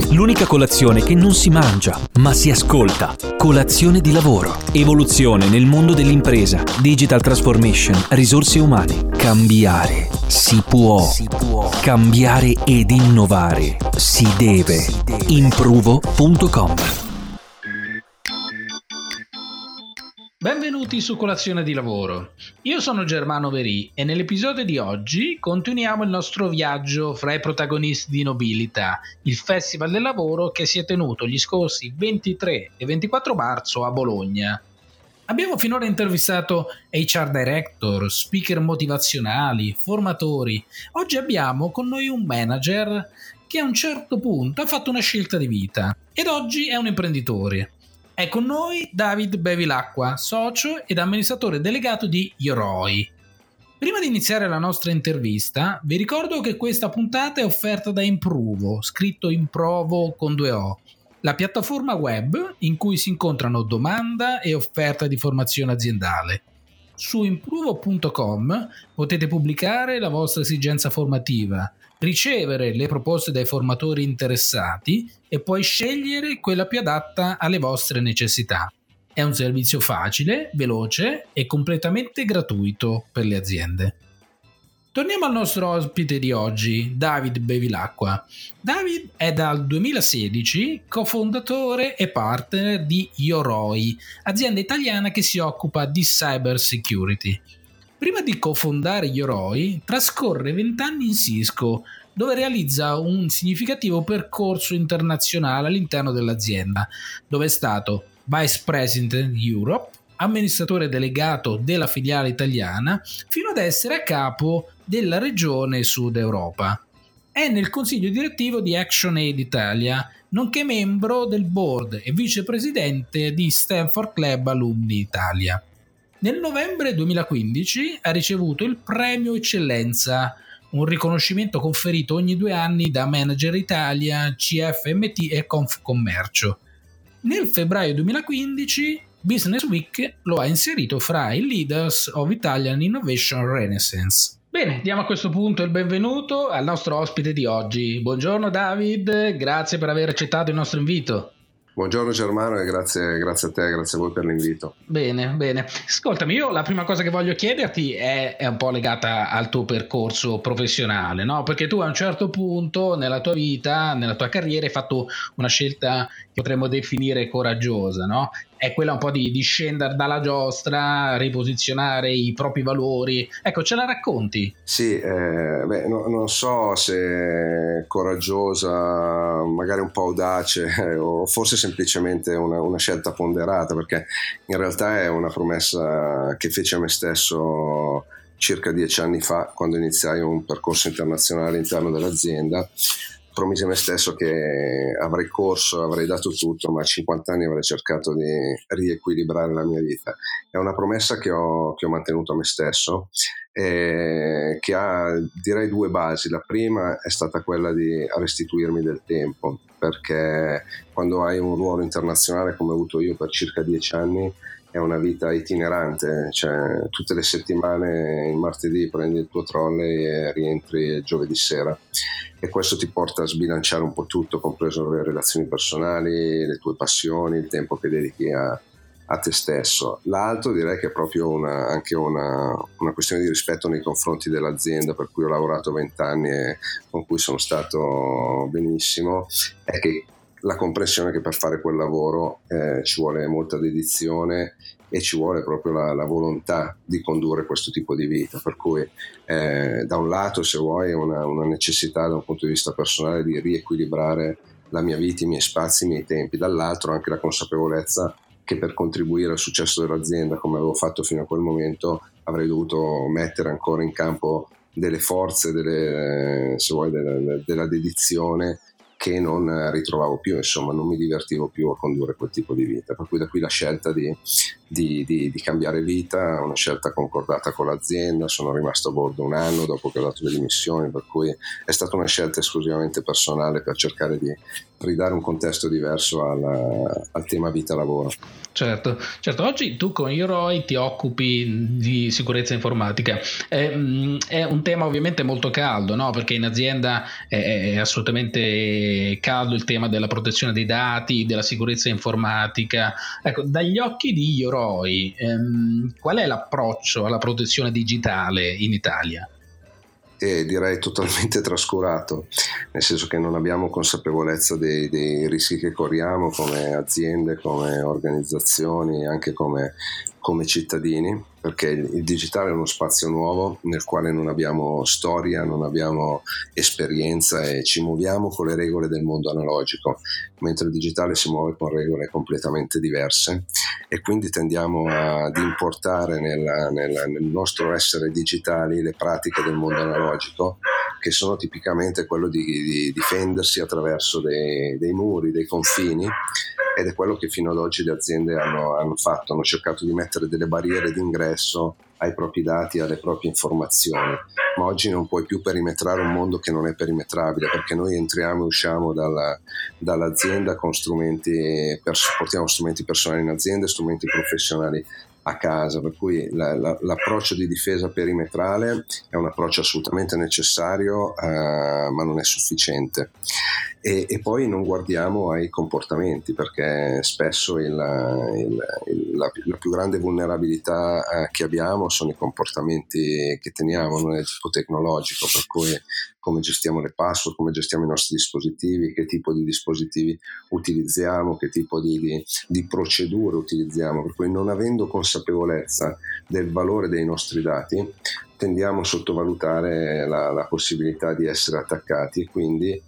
L'unica colazione che non si mangia, ma si ascolta. Colazione di lavoro. Evoluzione nel mondo dell'impresa. Digital transformation. Risorse umane. Cambiare. Si può. Cambiare ed innovare. Si deve. Improvo.com. Benvenuti su Colazione di Lavoro. Io sono Germano Verì e nell'episodio di oggi continuiamo il nostro viaggio fra i protagonisti di Nobilita, il festival del lavoro che si è tenuto gli scorsi 23 e 24 marzo a Bologna. Abbiamo finora intervistato HR director, speaker motivazionali, formatori. Oggi abbiamo con noi un manager che a un certo punto ha fatto una scelta di vita ed oggi è un imprenditore. È con noi David Bevilacqua, socio ed amministratore delegato di Yoroi. Prima di iniziare la nostra intervista, vi ricordo che questa puntata è offerta da Improvo, scritto Improvo con 2 O, la piattaforma web in cui si incontrano domanda e offerta di formazione aziendale. Su improvo.com potete pubblicare la vostra esigenza formativa, ricevere le proposte dai formatori interessati e poi scegliere quella più adatta alle vostre necessità. È un servizio facile, veloce e completamente gratuito per le aziende. Torniamo al nostro ospite di oggi, David Bevilacqua. David è dal 2016 cofondatore e partner di Yoroi, azienda italiana che si occupa di cyber security. Prima di cofondare Yoroi, trascorre 20 anni in Cisco, dove realizza un significativo percorso internazionale all'interno dell'azienda, dove è stato Vice President Europe, amministratore delegato della filiale italiana, fino ad essere a capo della regione Sud Europa. È nel consiglio direttivo di ActionAid Italia, nonché membro del board e vicepresidente di Stanford Club Alumni Italia. Nel novembre 2015 ha ricevuto il premio Eccellenza, un riconoscimento conferito ogni 2 anni da Manager Italia, CFMT e Confcommercio. Nel febbraio 2015 Business Week lo ha inserito fra i Leaders of Italian Innovation Renaissance. Bene, diamo a questo punto il benvenuto al nostro ospite di oggi. Buongiorno David, grazie per aver accettato il nostro invito. Buongiorno Germano e grazie a te, grazie a voi per l'invito. Bene. Ascoltami, io la prima cosa che voglio chiederti è un po' legata al tuo percorso professionale, no? Perché tu a un certo punto nella tua vita, nella tua carriera hai fatto una scelta che potremmo definire coraggiosa, no? È quella un po' di scendere dalla giostra, riposizionare i propri valori. Ecco, ce la racconti? Sì, non so se coraggiosa, magari un po' audace o forse semplicemente una scelta ponderata, perché in realtà è una promessa che feci a me stesso circa 10 anni fa, quando iniziai un percorso internazionale all'interno dell'azienda. Promisi a me stesso che avrei corso, avrei dato tutto, ma a 50 anni avrei cercato di riequilibrare la mia vita. È una promessa che ho mantenuto a me stesso, che ha, direi, 2 basi. La prima è stata quella di restituirmi del tempo, perché quando hai un ruolo internazionale come ho avuto io per circa 10 anni, è una vita itinerante, cioè tutte le settimane il martedì prendi il tuo trolley e rientri il giovedì sera, e questo ti porta a sbilanciare un po' tutto, compreso le relazioni personali, le tue passioni, il tempo che dedichi a te stesso. L'altro direi che è proprio anche una questione di rispetto nei confronti dell'azienda per cui ho lavorato 20 anni e con cui sono stato benissimo, è che la comprensione che per fare quel lavoro ci vuole molta dedizione e ci vuole proprio la volontà di condurre questo tipo di vita, per cui da un lato, se vuoi, una necessità da un punto di vista personale di riequilibrare la mia vita, i miei spazi, i miei tempi, dall'altro anche la consapevolezza che per contribuire al successo dell'azienda, come avevo fatto fino a quel momento, avrei dovuto mettere ancora in campo delle forze, se vuoi, della dedizione che non ritrovavo più, insomma non mi divertivo più a condurre quel tipo di vita, per cui da qui la scelta di di cambiare vita, una scelta concordata con l'azienda. Sono rimasto a bordo un anno dopo che ho dato le dimissioni, per cui è stata una scelta esclusivamente personale per cercare di ridare un contesto diverso al tema vita-lavoro. Certo. Oggi tu con Yoroi ti occupi di sicurezza informatica. È un tema ovviamente molto caldo, no? Perché in azienda è assolutamente caldo il tema della protezione dei dati, della sicurezza informatica. Ecco, dagli occhi di Yoroi, qual è l'approccio alla protezione digitale in Italia? E direi totalmente trascurato, nel senso che non abbiamo consapevolezza dei rischi che corriamo come aziende, come organizzazioni, anche come cittadini, perché il digitale è uno spazio nuovo nel quale non abbiamo storia, non abbiamo esperienza e ci muoviamo con le regole del mondo analogico, mentre il digitale si muove con regole completamente diverse, e quindi tendiamo ad importare nel nostro essere digitali le pratiche del mondo analogico, che sono tipicamente quello di difendersi attraverso dei muri, dei confini, ed è quello che fino ad oggi le aziende hanno fatto, hanno cercato di mettere delle barriere d'ingresso ai propri dati, alle proprie informazioni, ma oggi non puoi più perimetrare un mondo che non è perimetrabile, perché noi entriamo e usciamo dall'azienda con portiamo strumenti personali in azienda e strumenti professionali a casa, per cui l'approccio di difesa perimetrale è un approccio assolutamente necessario, ma non è sufficiente. E poi non guardiamo ai comportamenti, perché spesso la più grande vulnerabilità che abbiamo sono i comportamenti che teniamo, non è tipo tecnologico, per cui come gestiamo le password, come gestiamo i nostri dispositivi, che tipo di dispositivi utilizziamo, che tipo di procedure utilizziamo, per cui non avendo consapevolezza del valore dei nostri dati tendiamo a sottovalutare la possibilità di essere attaccati, e quindi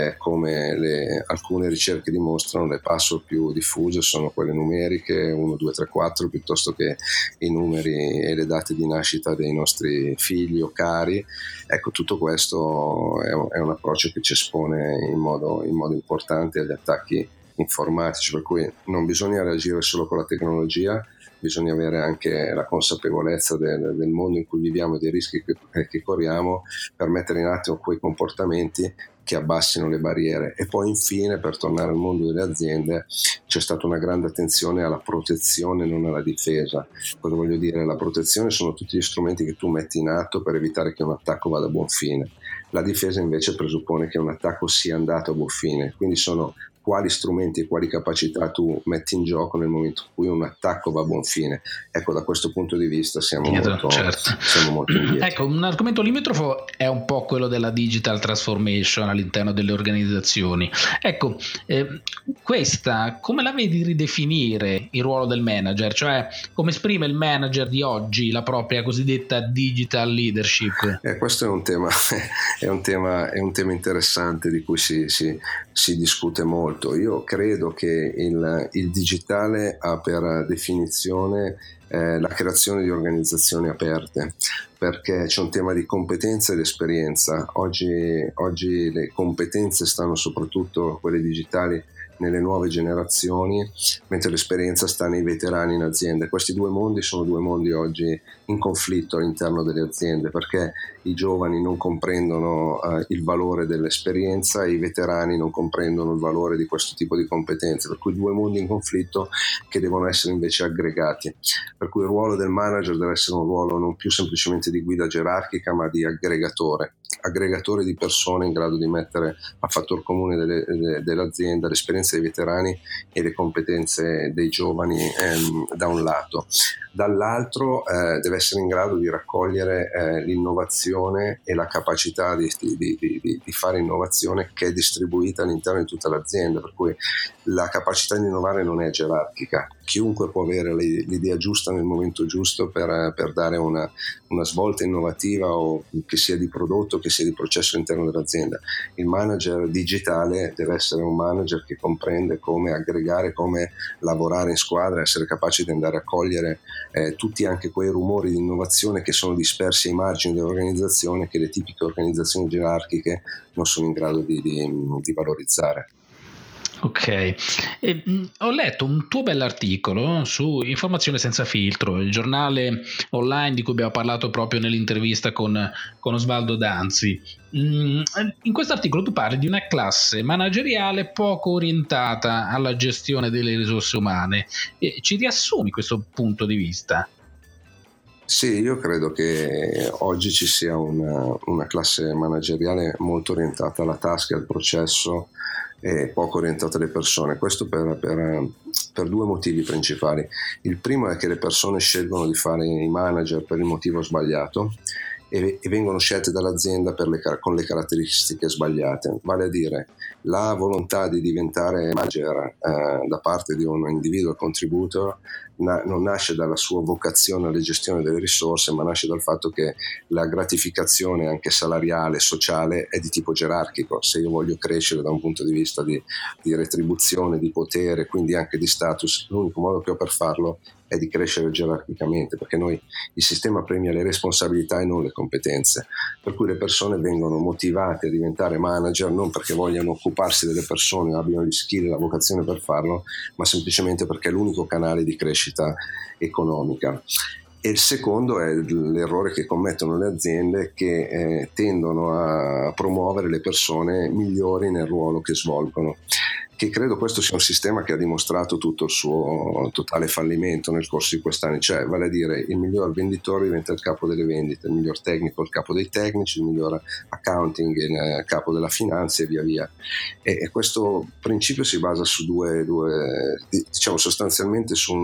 come alcune ricerche dimostrano, le password più diffuse sono quelle numeriche 1, 2, 3, 4, piuttosto che i numeri e le date di nascita dei nostri figli o cari. Ecco, tutto questo è un approccio che ci espone in modo importante agli attacchi informatici, per cui non bisogna reagire solo con la tecnologia, bisogna avere anche la consapevolezza del mondo in cui viviamo e dei rischi che corriamo, per mettere in atto quei comportamenti che abbassino le barriere. E poi infine, per tornare al mondo delle aziende, c'è stata una grande attenzione alla protezione, non alla difesa. Cosa voglio dire? La protezione sono tutti gli strumenti che tu metti in atto per evitare che un attacco vada a buon fine. La difesa invece presuppone che un attacco sia andato a buon fine, quindi sono quali strumenti e quali capacità tu metti in gioco nel momento in cui un attacco va a buon fine. Ecco, da questo punto di vista siamo molto indietro. Ecco, un argomento limitrofo è un po' quello della digital transformation all'interno delle organizzazioni. Ecco, questa come la vedi ridefinire il ruolo del manager? Cioè, come esprime il manager di oggi la propria cosiddetta digital leadership? Questo è un tema interessante, di cui si discute molto. Io credo che il digitale ha per definizione la creazione di organizzazioni aperte, perché c'è un tema di competenza ed esperienza. Oggi le competenze stanno soprattutto, quelle digitali, nelle nuove generazioni, mentre l'esperienza sta nei veterani in azienda. Questi due mondi sono due mondi oggi in conflitto all'interno delle aziende, perché i giovani non comprendono il valore dell'esperienza e i veterani non comprendono il valore di questo tipo di competenze, per cui due mondi in conflitto che devono essere invece aggregati. Per cui il ruolo del manager deve essere un ruolo non più semplicemente di guida gerarchica, ma di aggregatore di persone in grado di mettere a fattor comune dell'azienda l'esperienza dei veterani e le competenze dei giovani da un lato. Dall'altro deve essere in grado di raccogliere l'innovazione e la capacità di fare innovazione che è distribuita all'interno di tutta l'azienda, per cui la capacità di innovare non è gerarchica. Chiunque può avere l'idea giusta nel momento giusto per dare una svolta innovativa, o che sia di prodotto, che sia di processo all'interno dell'azienda. Il manager digitale deve essere un manager che comprende come aggregare, come lavorare in squadra, essere capace di andare a cogliere tutti anche quei rumori di innovazione che sono dispersi ai margini dell'organizzazione, che le tipiche organizzazioni gerarchiche non sono in grado di valorizzare. Ok, ho letto un tuo bell'articolo su Informazione Senza Filtro, il giornale online di cui abbiamo parlato proprio nell'intervista con Osvaldo Danzi. In questo articolo tu parli di una classe manageriale poco orientata alla gestione delle risorse umane. Ci riassumi questo punto di vista? Sì, io credo che oggi ci sia una classe manageriale molto orientata alla task e al processo e poco orientata alle persone. Questo per due motivi principali. Il primo è che le persone scelgono di fare i manager per il motivo sbagliato e vengono scelte dall'azienda con le caratteristiche sbagliate, vale a dire la volontà di diventare manager da parte di un individual contributor non nasce dalla sua vocazione alla gestione delle risorse, ma nasce dal fatto che la gratificazione anche salariale, sociale è di tipo gerarchico. Se io voglio crescere da un punto di vista di retribuzione, di potere, quindi anche di status, l'unico modo che ho per farlo è di crescere gerarchicamente, perché il sistema premia le responsabilità e non le competenze, per cui le persone vengono motivate a diventare manager non perché vogliano occuparsi delle persone o abbiano gli skill e la vocazione per farlo, ma semplicemente perché è l'unico canale di crescita economica. E il secondo è l'errore che commettono le aziende, che tendono a promuovere le persone migliori nel ruolo che svolgono, che credo questo sia un sistema che ha dimostrato tutto il suo totale fallimento nel corso di quest'anno, cioè vale a dire il miglior venditore diventa il capo delle vendite, il miglior tecnico il capo dei tecnici, il miglior accounting il capo della finanza e via via. E questo principio si basa su diciamo sostanzialmente su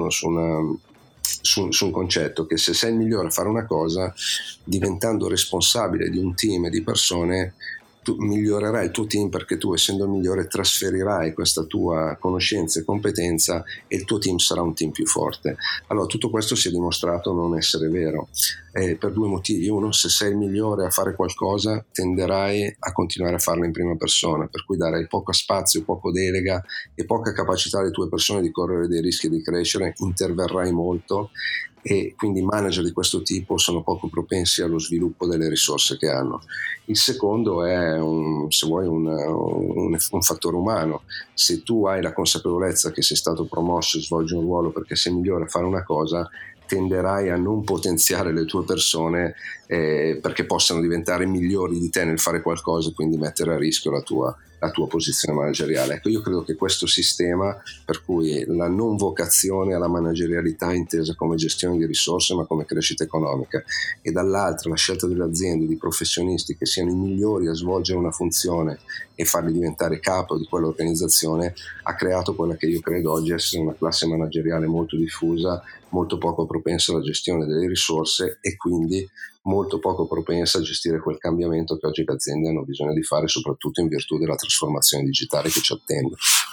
un concetto che se sei il migliore a fare una cosa, diventando responsabile di un team e di persone, tu migliorerai il tuo team, perché tu, essendo il migliore, trasferirai questa tua conoscenza e competenza e il tuo team sarà un team più forte. Allora tutto questo si è dimostrato non essere vero per due motivi. Uno, se sei il migliore a fare qualcosa tenderai a continuare a farlo in prima persona, per cui darai poco spazio, poco delega e poca capacità alle tue persone di correre dei rischi e di crescere, interverrai molto e quindi i manager di questo tipo sono poco propensi allo sviluppo delle risorse che hanno. Il secondo è un fattore umano. Se tu hai la consapevolezza che sei stato promosso e svolgi un ruolo perché sei migliore a fare una cosa, tenderai a non potenziare le tue persone perché possano diventare migliori di te nel fare qualcosa e quindi mettere a rischio la tua posizione manageriale. Ecco, io credo che questo sistema, per cui la non vocazione alla managerialità intesa come gestione di risorse ma come crescita economica, e dall'altra la scelta delle aziende di professionisti che siano i migliori a svolgere una funzione e farli diventare capo di quell'organizzazione, ha creato quella che io credo oggi essere una classe manageriale molto diffusa, molto poco propensa alla gestione delle risorse e quindi molto poco propensa a gestire quel cambiamento che oggi le aziende hanno bisogno di fare, soprattutto in virtù della trasformazione digitale che ci attende.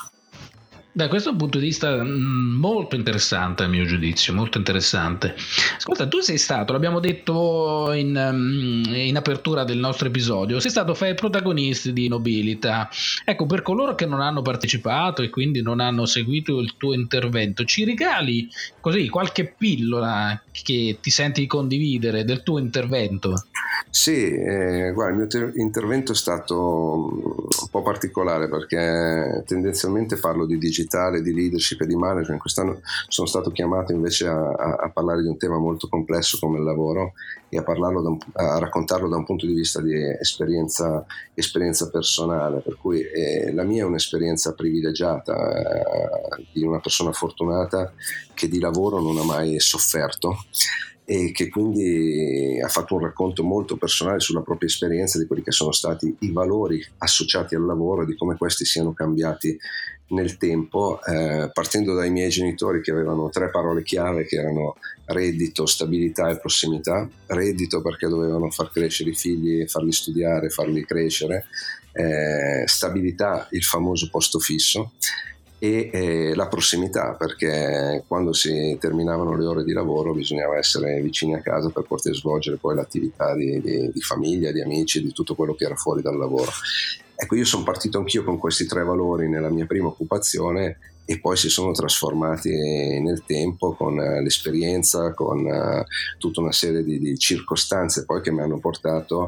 Da questo punto di vista molto interessante, a mio giudizio, molto interessante. Ascolta, tu sei stato, l'abbiamo detto in apertura del nostro episodio, sei stato fra i protagonisti di Nobilita. Ecco, per coloro che non hanno partecipato e quindi non hanno seguito il tuo intervento, ci regali così qualche pillola che ti senti di condividere del tuo intervento? Sì, guarda, il mio intervento è stato un po' particolare perché tendenzialmente parlo di digitale, di leadership e di management. Quest'anno sono stato chiamato invece a parlare di un tema molto complesso come il lavoro e a raccontarlo da un punto di vista di esperienza personale, per cui la mia è un'esperienza privilegiata di una persona fortunata che di lavoro non ha mai sofferto e che quindi ha fatto un racconto molto personale sulla propria esperienza di quelli che sono stati i valori associati al lavoro e di come questi siano cambiati nel tempo, partendo dai miei genitori che avevano 3 parole chiave che erano reddito, stabilità e prossimità. Reddito perché dovevano far crescere i figli, farli studiare, farli crescere, stabilità, il famoso posto fisso, e la prossimità perché quando si terminavano le ore di lavoro bisognava essere vicini a casa per poter svolgere poi l'attività di famiglia, di amici, di tutto quello che era fuori dal lavoro. Ecco, io sono partito anch'io con questi 3 valori nella mia prima occupazione e poi si sono trasformati nel tempo con l'esperienza, con tutta una serie di circostanze poi che mi hanno portato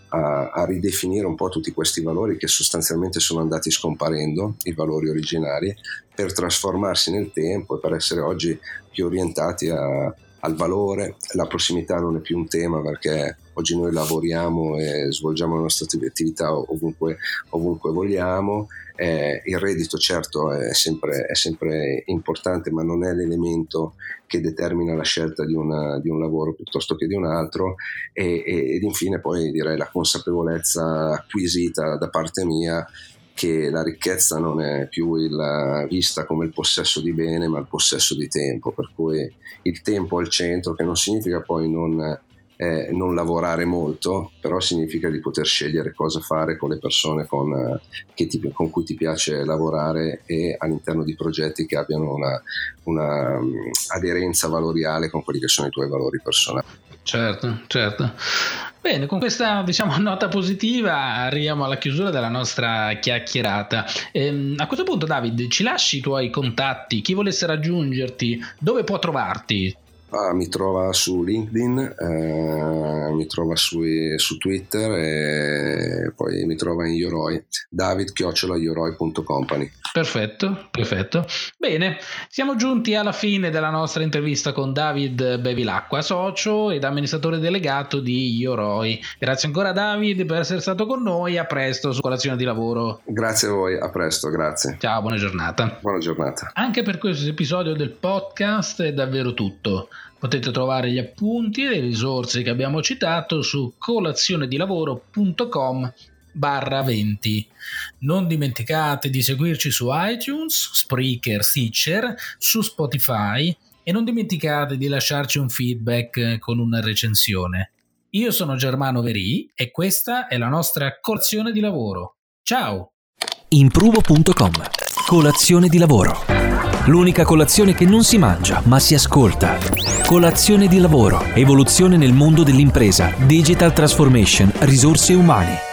a ridefinire un po' tutti questi valori che sostanzialmente sono andati scomparendo, i valori originari, per trasformarsi nel tempo e per essere oggi più orientati al valore. La prossimità non è più un tema, perché oggi noi lavoriamo e svolgiamo le nostre attività ovunque vogliamo. Il reddito certo è sempre importante, ma non è l'elemento che determina la scelta di un lavoro piuttosto che di un altro. Ed infine poi direi la consapevolezza acquisita da parte mia che la ricchezza non è più vista come il possesso di bene, ma il possesso di tempo, per cui il tempo al centro, che non significa poi non lavorare molto, però significa di poter scegliere cosa fare con le persone con cui ti piace lavorare, e all'interno di progetti che abbiano una aderenza valoriale con quelli che sono i tuoi valori personali. Certo. Bene, con questa nota positiva arriviamo alla chiusura della nostra chiacchierata. A questo punto, David, ci lasci i tuoi contatti? Chi volesse raggiungerti, dove può trovarti? Mi trova su LinkedIn, mi trova su Twitter, e poi mi trova in Yoroi, david@yoroi.company. Perfetto. Bene, siamo giunti alla fine della nostra intervista con David Bevilacqua, socio ed amministratore delegato di Yoroi. Grazie ancora, David, per essere stato con noi. A presto su Colazione di Lavoro. Grazie a voi, a presto, grazie. Ciao, buona giornata. Buona giornata. Anche per questo episodio del podcast è davvero tutto. Potete trovare gli appunti e le risorse che abbiamo citato su colazionedilavoro.com/20. Non dimenticate di seguirci su iTunes, Spreaker, Stitcher, su Spotify, e non dimenticate di lasciarci un feedback con una recensione. Io sono Germano Verì e questa è la nostra colazione di lavoro. Ciao! Impruvo.com. Colazione di lavoro. L'unica colazione che non si mangia, ma si ascolta. Colazione di lavoro. Evoluzione nel mondo dell'impresa. Digital transformation. Risorse umane.